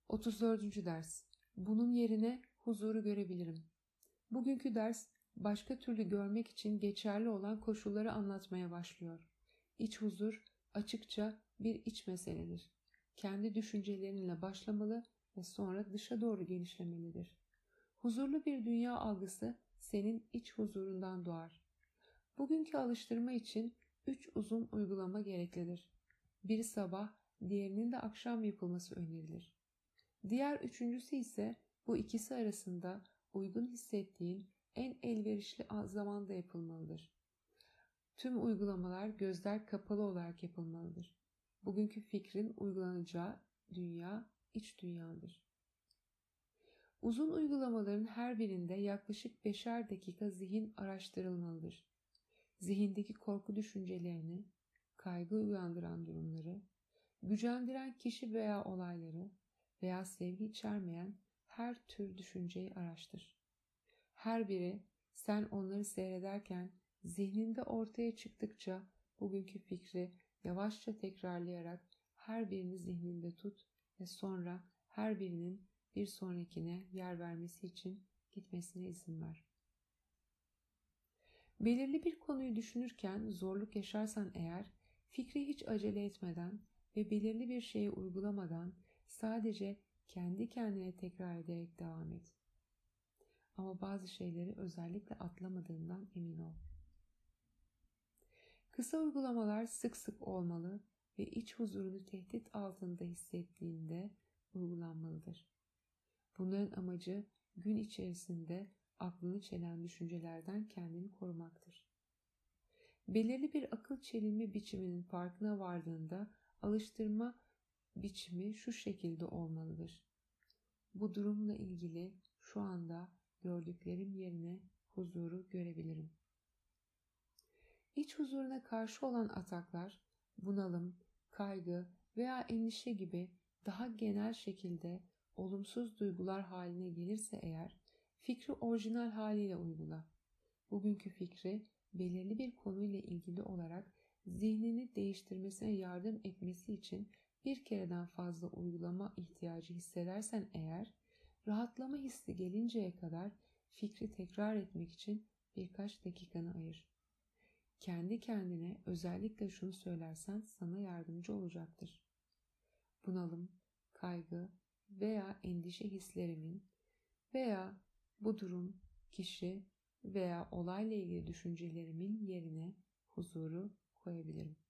34. ders. Bunun yerine huzuru görebilirim. Bugünkü ders başka türlü görmek için geçerli olan koşulları anlatmaya başlıyor. İç huzur açıkça bir iç meseledir. Kendi düşüncelerinle başlamalı ve sonra dışa doğru genişlemelidir. Huzurlu bir dünya algısı senin iç huzurundan doğar. Bugünkü alıştırma için 3 uzun uygulama gereklidir. Biri sabah, diğerinin de akşam yapılması önerilir. Diğer üçüncüsü ise bu ikisi arasında uygun hissettiğin en elverişli zamanda yapılmalıdır. Tüm uygulamalar gözler kapalı olarak yapılmalıdır. Bugünkü fikrin uygulanacağı dünya iç dünyadır. Uzun uygulamaların her birinde yaklaşık 5'er dakika zihin araştırılmalıdır. Zihindeki korku düşüncelerini, kaygı uyandıran durumları, gücendiren kişi veya olayları veya sevgi içermeyen her tür düşünceyi araştır. Her biri sen onları seyrederken zihninde ortaya çıktıkça bugünkü fikri yavaşça tekrarlayarak her birini zihninde tut ve sonra her birinin bir sonrakine yer vermesi için gitmesine izin ver. Belirli bir konuyu düşünürken zorluk yaşarsan eğer, fikri hiç acele etmeden ve belirli bir şeyi uygulamadan sadece kendi kendine tekrar ederek devam et. Ama bazı şeyleri özellikle atlamadığından emin ol. Kısa uygulamalar sık sık olmalı ve iç huzurunu tehdit altında hissettiğinde uygulanmalıdır. Bunların amacı gün içerisinde aklını çelen düşüncelerden kendini korumaktır. Belirli bir akıl çelinme biçiminin farkına vardığında alıştırma biçimi şu şekilde olmalıdır. Bu durumla ilgili şu anda gördüklerim yerine huzuru görebilirim. İç huzuruna karşı olan ataklar, bunalım, kaygı veya endişe gibi daha genel şekilde olumsuz duygular haline gelirse eğer, fikri orijinal haliyle uygula. Bugünkü fikri belirli bir konuyla ilgili olarak zihnini değiştirmesine yardım etmesi için bir kereden fazla uygulama ihtiyacı hissedersen eğer, rahatlama hissi gelinceye kadar fikri tekrar etmek için birkaç dakikanı ayır. Kendi kendine özellikle şunu söylersen sana yardımcı olacaktır. Bunalım, kaygı veya endişe hislerimin veya bu durum, kişi veya olayla ilgili düşüncelerimin yerine huzuru koyabilirim.